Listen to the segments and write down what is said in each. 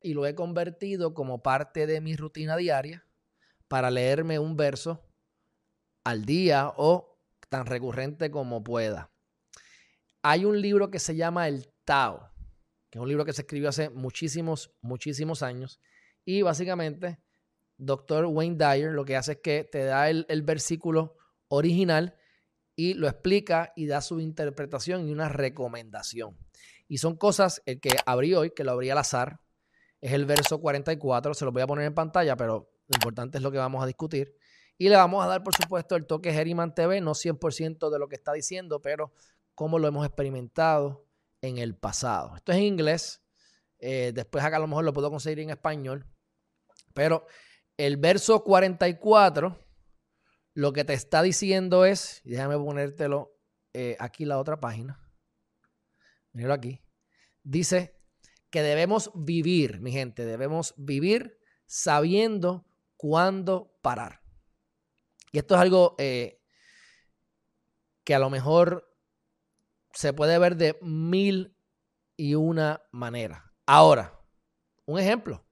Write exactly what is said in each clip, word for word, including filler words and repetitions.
y lo he convertido como parte de mi rutina diaria para leerme un verso al día o tan recurrente como pueda. Hay un libro que se llama El Tao, que es un libro que se escribió hace muchísimos, muchísimos años. Y básicamente, doctor Wayne Dyer lo que hace es que te da el, el versículo original y lo explica y da su interpretación y una recomendación. Y son cosas, el que abrí hoy, que lo abrí al azar, es el verso cuarenta y cuatro, se lo voy a poner en pantalla, pero lo importante es lo que vamos a discutir. Y le vamos a dar, por supuesto, el toque Geriman T V, no cien por ciento de lo que está diciendo, pero cómo lo hemos experimentado en el pasado. Esto es en inglés, eh, después acá a lo mejor lo puedo conseguir en español, pero el verso cuarenta y cuatro lo que te está diciendo es, y déjame ponértelo eh, aquí la otra página, míralo aquí, dice que debemos vivir, mi gente, debemos vivir sabiendo cuándo parar. Y esto es algo eh, que a lo mejor se puede ver de mil y una manera. Ahora, un ejemplo.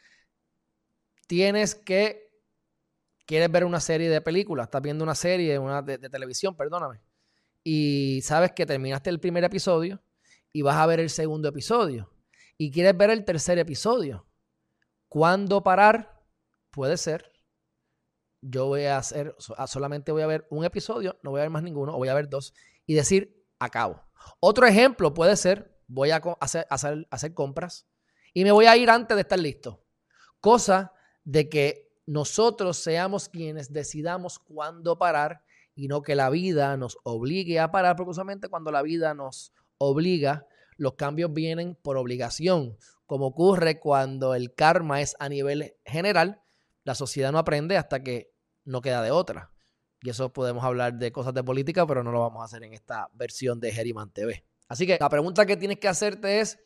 Tienes que, quieres ver una serie de películas, estás viendo una serie una de, de televisión, perdóname, y sabes que terminaste el primer episodio y vas a ver el segundo episodio y quieres ver el tercer episodio. ¿Cuándo parar? Puede ser. Yo voy a hacer, solamente voy a ver un episodio, no voy a ver más ninguno, o voy a ver dos y decir, acabo. Otro ejemplo puede ser, voy a hacer, hacer, hacer compras y me voy a ir antes de estar listo. Cosa de que nosotros seamos quienes decidamos cuándo parar y no que la vida nos obligue a parar, porque usualmente cuando la vida nos obliga, los cambios vienen por obligación, como ocurre cuando el karma es a nivel general. La sociedad no aprende hasta que no queda de otra. Y eso podemos hablar de cosas de política, pero no lo vamos a hacer en esta versión de Geriman T V. Así que la pregunta que tienes que hacerte es,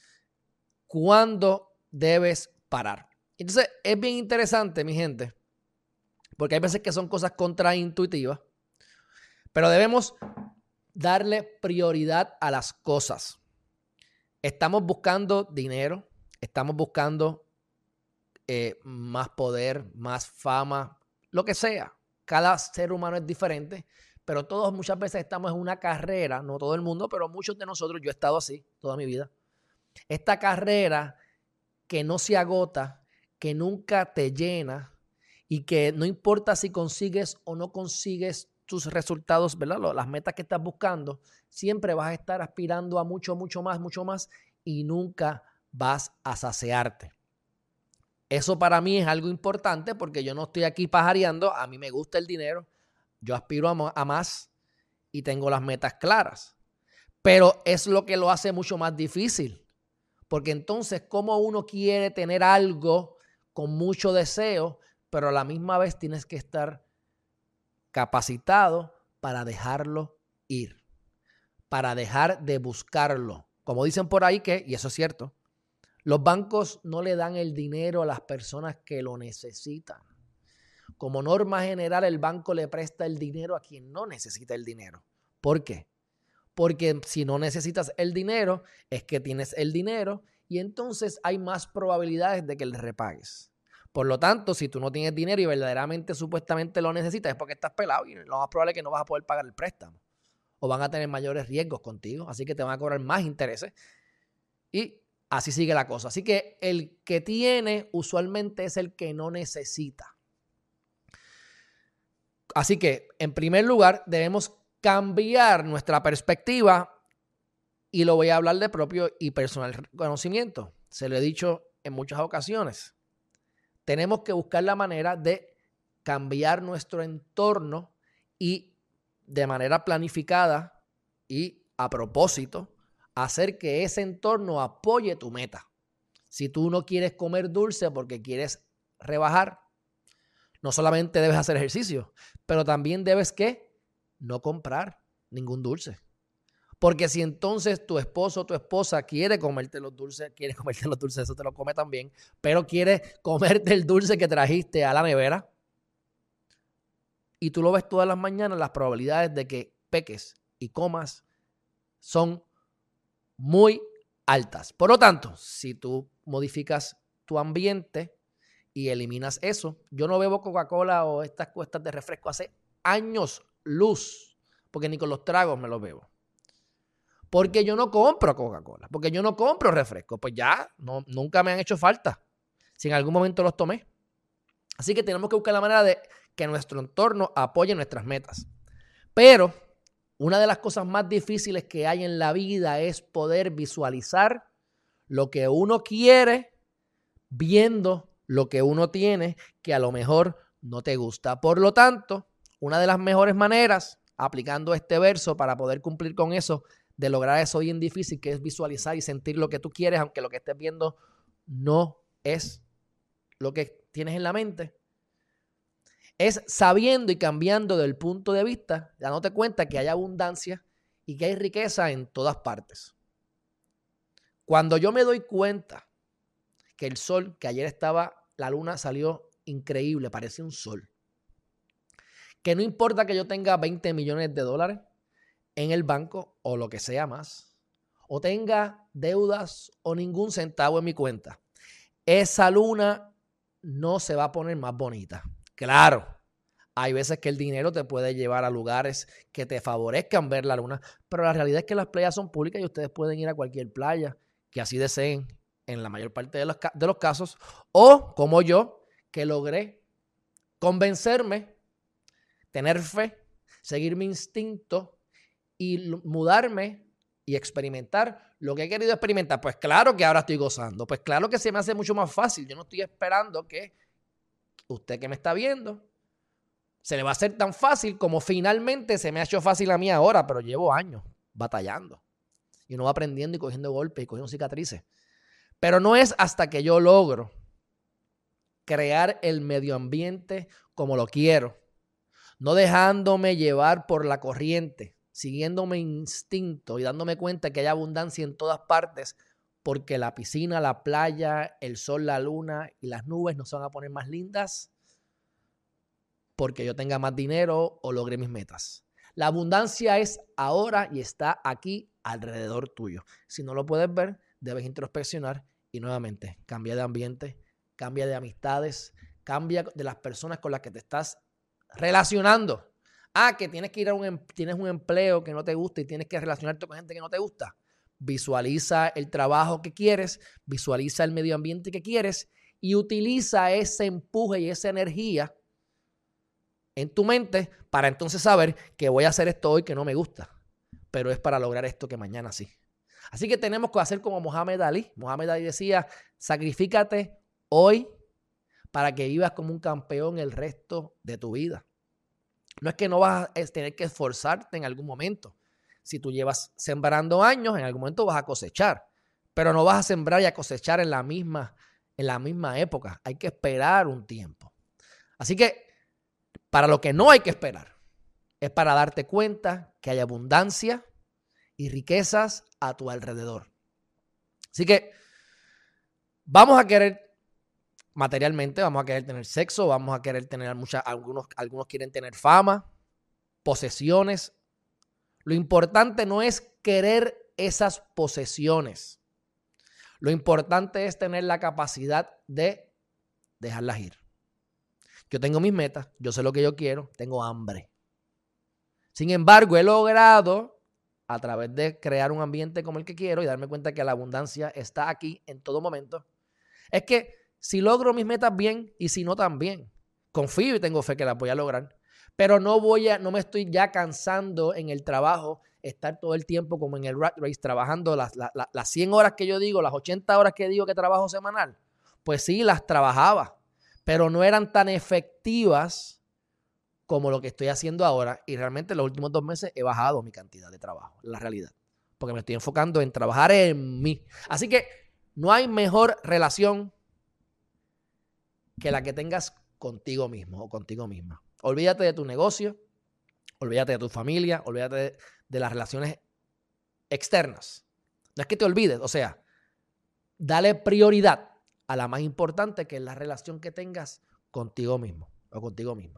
¿cuándo debes parar? Entonces, es bien interesante, mi gente, porque hay veces que son cosas contraintuitivas, pero debemos darle prioridad a las cosas. Estamos buscando dinero, estamos buscando Eh, más poder, más fama, lo que sea. Cada ser humano es diferente, pero todos muchas veces estamos en una carrera, no todo el mundo, pero muchos de nosotros, yo he estado así toda mi vida. Esta carrera que no se agota, que nunca te llena y que no importa si consigues o no consigues tus resultados, ¿verdad? Las metas que estás buscando, siempre vas a estar aspirando a mucho, mucho más, mucho más y nunca vas a saciarte. Eso para mí es algo importante porque yo no estoy aquí pajareando, a mí me gusta el dinero, yo aspiro a, a más y tengo las metas claras. Pero es lo que lo hace mucho más difícil, porque entonces cómo uno quiere tener algo con mucho deseo, pero a la misma vez tienes que estar capacitado para dejarlo ir, para dejar de buscarlo. Como dicen por ahí que, y eso es cierto, los bancos no le dan el dinero a las personas que lo necesitan. Como norma general, el banco le presta el dinero a quien no necesita el dinero. ¿Por qué? Porque si no necesitas el dinero, es que tienes el dinero y entonces hay más probabilidades de que le repagues. Por lo tanto, si tú no tienes dinero y verdaderamente, supuestamente lo necesitas, es porque estás pelado y lo más probable es que no vas a poder pagar el préstamo. O van a tener mayores riesgos contigo, así que te van a cobrar más intereses. Y así sigue la cosa. Así que el que tiene usualmente es el que no necesita. Así que, en primer lugar, debemos cambiar nuestra perspectiva y lo voy a hablar de propio y personal conocimiento. Se lo he dicho en muchas ocasiones. Tenemos que buscar la manera de cambiar nuestro entorno y de manera planificada y a propósito, hacer que ese entorno apoye tu meta. Si tú no quieres comer dulce porque quieres rebajar, no solamente debes hacer ejercicio, pero también debes ¿qué? No comprar ningún dulce. Porque si entonces tu esposo o tu esposa quiere comerte los dulces, quiere comerte los dulces, eso te lo come también, pero quiere comerte el dulce que trajiste a la nevera y tú lo ves todas las mañanas, las probabilidades de que peques y comas son muy altas. Por lo tanto, si tú modificas tu ambiente y eliminas eso. Yo no bebo Coca-Cola o estas cuestas de refresco hace años luz, porque ni con los tragos me los bebo. Porque yo no compro Coca-Cola, porque yo no compro refresco. Pues ya, no, nunca me han hecho falta. Si en algún momento los tomé. Así que tenemos que buscar la manera de que nuestro entorno apoye nuestras metas. Pero una de las cosas más difíciles que hay en la vida es poder visualizar lo que uno quiere viendo lo que uno tiene que a lo mejor no te gusta. Por lo tanto, una de las mejores maneras, aplicando este verso para poder cumplir con eso, de lograr eso bien difícil, que es visualizar y sentir lo que tú quieres, aunque lo que estés viendo no es lo que tienes en la mente, es sabiendo y cambiando del punto de vista, dándote cuenta que hay abundancia y que hay riqueza en todas partes. Cuando yo me doy cuenta que el sol, que ayer estaba, la luna salió increíble, parecía un sol, que no importa que yo tenga veinte millones de dólares en el banco o lo que sea más, o tenga deudas o ningún centavo en mi cuenta, esa luna no se va a poner más bonita. Claro, hay veces que el dinero te puede llevar a lugares que te favorezcan ver la luna, pero la realidad es que las playas son públicas y ustedes pueden ir a cualquier playa que así deseen en la mayor parte de los, de los casos, o como yo, que logré convencerme, tener fe, seguir mi instinto y mudarme y experimentar lo que he querido experimentar. Pues claro que ahora estoy gozando, pues claro que se me hace mucho más fácil. Yo no estoy esperando que usted que me está viendo se le va a hacer tan fácil como finalmente se me ha hecho fácil a mí ahora, pero llevo años batallando y uno va aprendiendo y cogiendo golpes y cogiendo cicatrices. Pero no es hasta que yo logro crear el medio ambiente como lo quiero, no dejándome llevar por la corriente, siguiendo mi instinto y dándome cuenta que hay abundancia en todas partes, porque la piscina, la playa, el sol, la luna y las nubes no se van a poner más lindas porque yo tenga más dinero o logre mis metas. La abundancia es ahora y está aquí alrededor tuyo. Si no lo puedes ver, debes introspeccionar y nuevamente cambia de ambiente, cambia de amistades, cambia de las personas con las que te estás relacionando. Ah, que tienes que ir a un, tienes un empleo que no te gusta y tienes que relacionarte con gente que no te gusta. Visualiza el trabajo que quieres, visualiza el medio ambiente que quieres y utiliza ese empuje y esa energía en tu mente para entonces saber que voy a hacer esto hoy que no me gusta, pero es para lograr esto que mañana sí. Así que tenemos que hacer como Muhammad Ali. Muhammad Ali decía, sacrifícate hoy para que vivas como un campeón el resto de tu vida. No es que no vas a tener que esforzarte en algún momento. Si tú llevas sembrando años, en algún momento vas a cosechar, pero no vas a sembrar y a cosechar en la misma, en la misma época. Hay que esperar un tiempo. Así que para lo que no hay que esperar es para darte cuenta que hay abundancia y riquezas a tu alrededor. Así que vamos a querer materialmente, vamos a querer tener sexo, vamos a querer tener muchas, algunos, algunos quieren tener fama, posesiones. Lo importante no es querer esas posesiones. Lo importante es tener la capacidad de dejarlas ir. Yo tengo mis metas, yo sé lo que yo quiero, tengo hambre. Sin embargo, he logrado, a través de crear un ambiente como el que quiero y darme cuenta que la abundancia está aquí en todo momento, es que si logro mis metas bien y si no también, confío y tengo fe que las voy a lograr, pero no voy a, no me estoy ya cansando en el trabajo, estar todo el tiempo como en el rat race, trabajando las, las, las cien horas que yo digo, las ochenta horas que digo que trabajo semanal. Pues sí, las trabajaba, pero no eran tan efectivas como lo que estoy haciendo ahora. Y realmente en los últimos dos meses he bajado mi cantidad de trabajo, la realidad, porque me estoy enfocando en trabajar en mí. Así que no hay mejor relación que la que tengas contigo mismo o contigo misma. Olvídate de tu negocio, olvídate de tu familia, olvídate de, de las relaciones externas. No es que te olvides, o sea, dale prioridad a la más importante, que es la relación que tengas contigo mismo o contigo misma.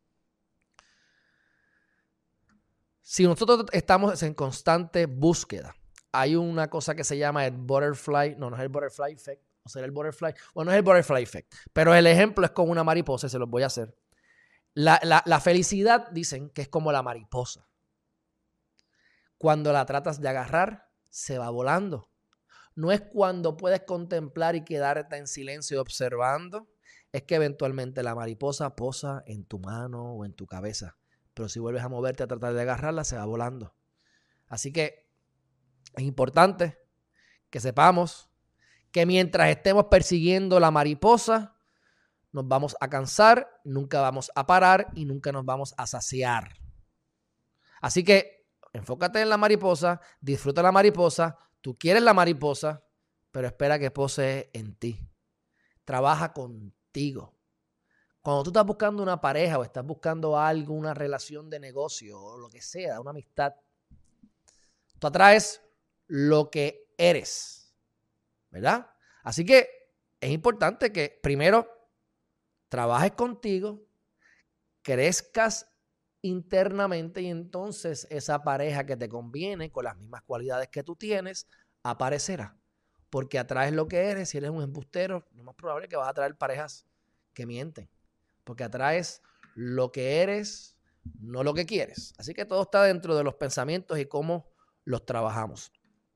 Si nosotros estamos en constante búsqueda, hay una cosa que se llama el butterfly, no, no es el butterfly effect, O ser el butterfly. Bueno, no es el butterfly effect, pero el ejemplo es con una mariposa y se los voy a hacer. La, la, la felicidad dicen que es como la mariposa. Cuando la tratas de agarrar, se va volando. No es cuando puedes contemplar y quedarte en silencio observando, es que eventualmente la mariposa posa en tu mano o en tu cabeza. Pero si vuelves a moverte a tratar de agarrarla, se va volando. Así que es importante que sepamos que mientras estemos persiguiendo la mariposa, nos vamos a cansar, nunca vamos a parar y nunca nos vamos a saciar. Así que enfócate en la mariposa, disfruta la mariposa, tú quieres la mariposa, pero espera que pose en ti. Trabaja contigo. Cuando tú estás buscando una pareja o estás buscando algo, una relación de negocio o lo que sea, una amistad, tú atraes lo que eres, ¿verdad? Así que es importante que primero trabajes contigo, crezcas internamente y entonces esa pareja que te conviene con las mismas cualidades que tú tienes aparecerá. Porque atraes lo que eres. Si eres un embustero, lo más probable es que vas a atraer parejas que mienten. Porque atraes lo que eres, no lo que quieres. Así que todo está dentro de los pensamientos y cómo los trabajamos.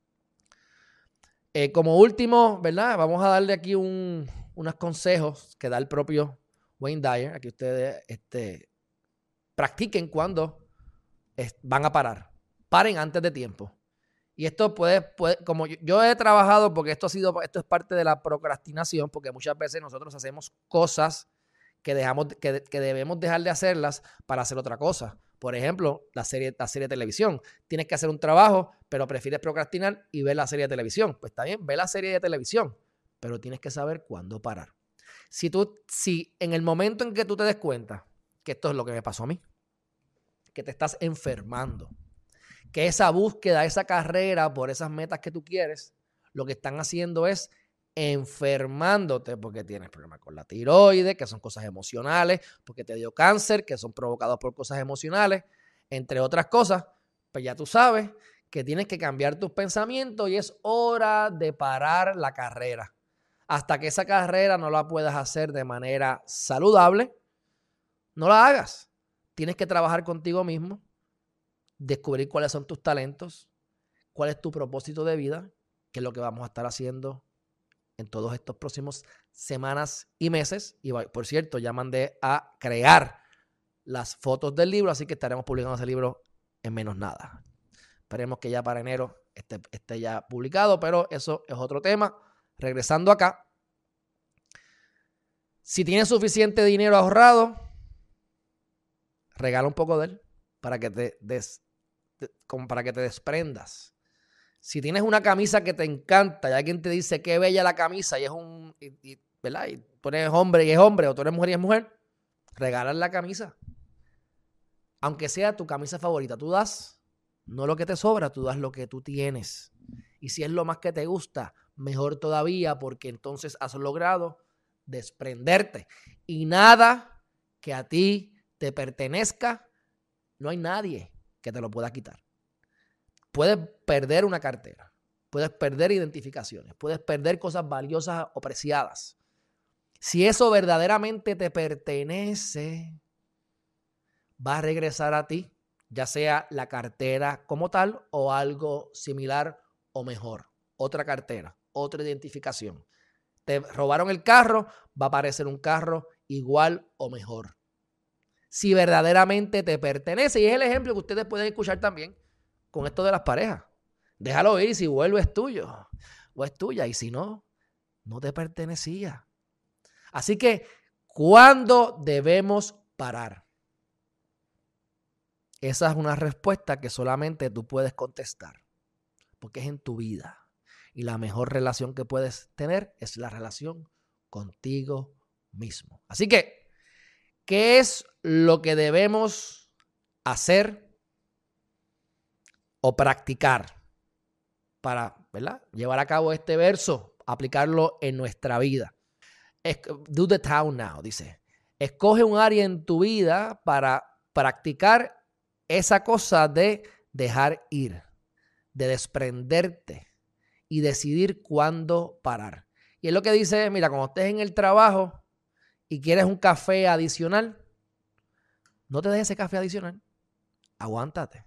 Eh, como último, ¿verdad? Vamos a darle aquí un, unos consejos que da el propio Wayne Dyer. Aquí ustedes este, practiquen cuando es, van a parar. Paren antes de tiempo. Y esto puede, puede como yo, yo he trabajado, porque esto ha sido, esto es parte de la procrastinación, porque muchas veces nosotros hacemos cosas que, dejamos, que, que debemos dejar de hacerlas para hacer otra cosa. Por ejemplo, la serie, la serie de televisión. Tienes que hacer un trabajo, pero prefieres procrastinar y ver la serie de televisión. Pues está bien, ve la serie de televisión, pero tienes que saber cuándo parar. Si tú, si en el momento en que tú te des cuenta, que esto es lo que me pasó a mí, que te estás enfermando, que esa búsqueda, esa carrera por esas metas que tú quieres, lo que están haciendo es enfermándote porque tienes problemas con la tiroides, que son cosas emocionales, porque te dio cáncer, que son provocados por cosas emocionales, entre otras cosas, pues ya tú sabes que tienes que cambiar tus pensamientos y es hora de parar la carrera. Hasta que esa carrera no la puedas hacer de manera saludable, no la hagas. Tienes que trabajar contigo mismo, descubrir cuáles son tus talentos, cuál es tu propósito de vida, que es lo que vamos a estar haciendo en todos estos próximos semanas y meses. Y por cierto, ya mandé a crear las fotos del libro, así que estaremos publicando ese libro en menos nada. Esperemos que ya para enero esté, esté ya publicado, pero eso es otro tema. Regresando acá, si tienes suficiente dinero ahorrado, regala un poco de él para que te des como para que te desprendas. Si tienes una camisa que te encanta y alguien te dice qué bella la camisa y es un, y, y, ¿verdad? Y tú eres hombre y es hombre o tú eres mujer y es mujer, regálale la camisa. Aunque sea tu camisa favorita, tú das no lo que te sobra, tú das lo que tú tienes. Y si es lo más que te gusta, mejor todavía, porque entonces has logrado desprenderte. Y nada que a ti te pertenezca, no hay nadie que te lo pueda quitar. Puedes perder una cartera, puedes perder identificaciones, puedes perder cosas valiosas o preciadas. Si eso verdaderamente te pertenece, va a regresar a ti, ya sea la cartera como tal o algo similar o mejor. Otra cartera, otra identificación. Te robaron el carro, va a aparecer un carro igual o mejor. Si verdaderamente te pertenece, y es el ejemplo que ustedes pueden escuchar también con esto de las parejas. Déjalo ir, si vuelve es tuyo o es tuya, y si no, no te pertenecía. Así que, ¿cuándo debemos parar? Esa es una respuesta que solamente tú puedes contestar, porque es en tu vida. Y la mejor relación que puedes tener es la relación contigo mismo. Así que, ¿qué es lo que debemos hacer o practicar para, ¿verdad?, llevar a cabo este verso, aplicarlo en nuestra vida? Do the town now, dice. Escoge un área en tu vida para practicar esa cosa de dejar ir, de desprenderte y decidir cuándo parar. Y él lo que dice es, mira, cuando estés en el trabajo y quieres un café adicional, no te des ese café adicional. Aguántate.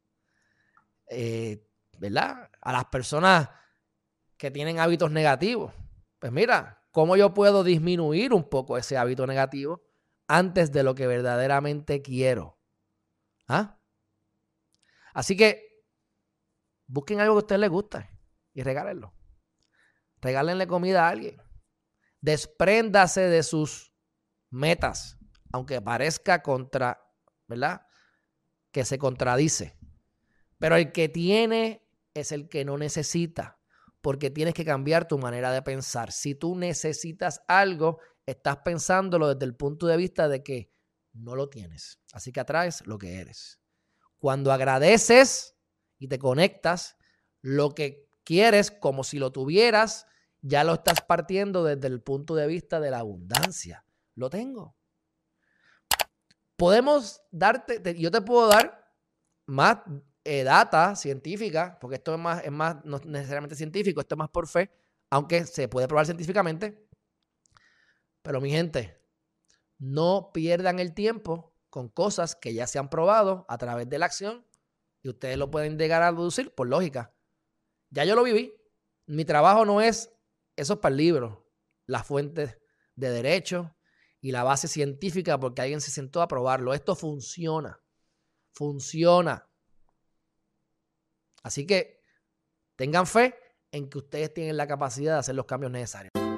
Eh, ¿Verdad? A las personas que tienen hábitos negativos, pues mira, ¿cómo yo puedo disminuir un poco ese hábito negativo antes de lo que verdaderamente quiero? ¿Ah? Así que busquen algo que a ustedes les guste y regálenlo. Regálenle comida a alguien. Despréndase de sus metas, aunque parezca contra, ¿verdad? Que se contradice. Pero el que tiene es el que no necesita, porque tienes que cambiar tu manera de pensar. Si tú necesitas algo, estás pensándolo desde el punto de vista de que no lo tienes. Así que atraes lo que eres. Cuando agradeces y te conectas, lo que quieres como si lo tuvieras, ya lo estás partiendo desde el punto de vista de la abundancia. Lo tengo. Podemos darte, te, yo te puedo dar más eh, data científica, porque esto es más, es más, no necesariamente científico, esto es más por fe, aunque se puede probar científicamente. Pero mi gente, no pierdan el tiempo con cosas que ya se han probado a través de la acción y ustedes lo pueden llegar a deducir por lógica. Ya yo lo viví. Mi trabajo no es, eso es para el libro, las fuentes de derecho y la base científica porque alguien se sentó a probarlo. Esto funciona. Funciona. Así que tengan fe en que ustedes tienen la capacidad de hacer los cambios necesarios.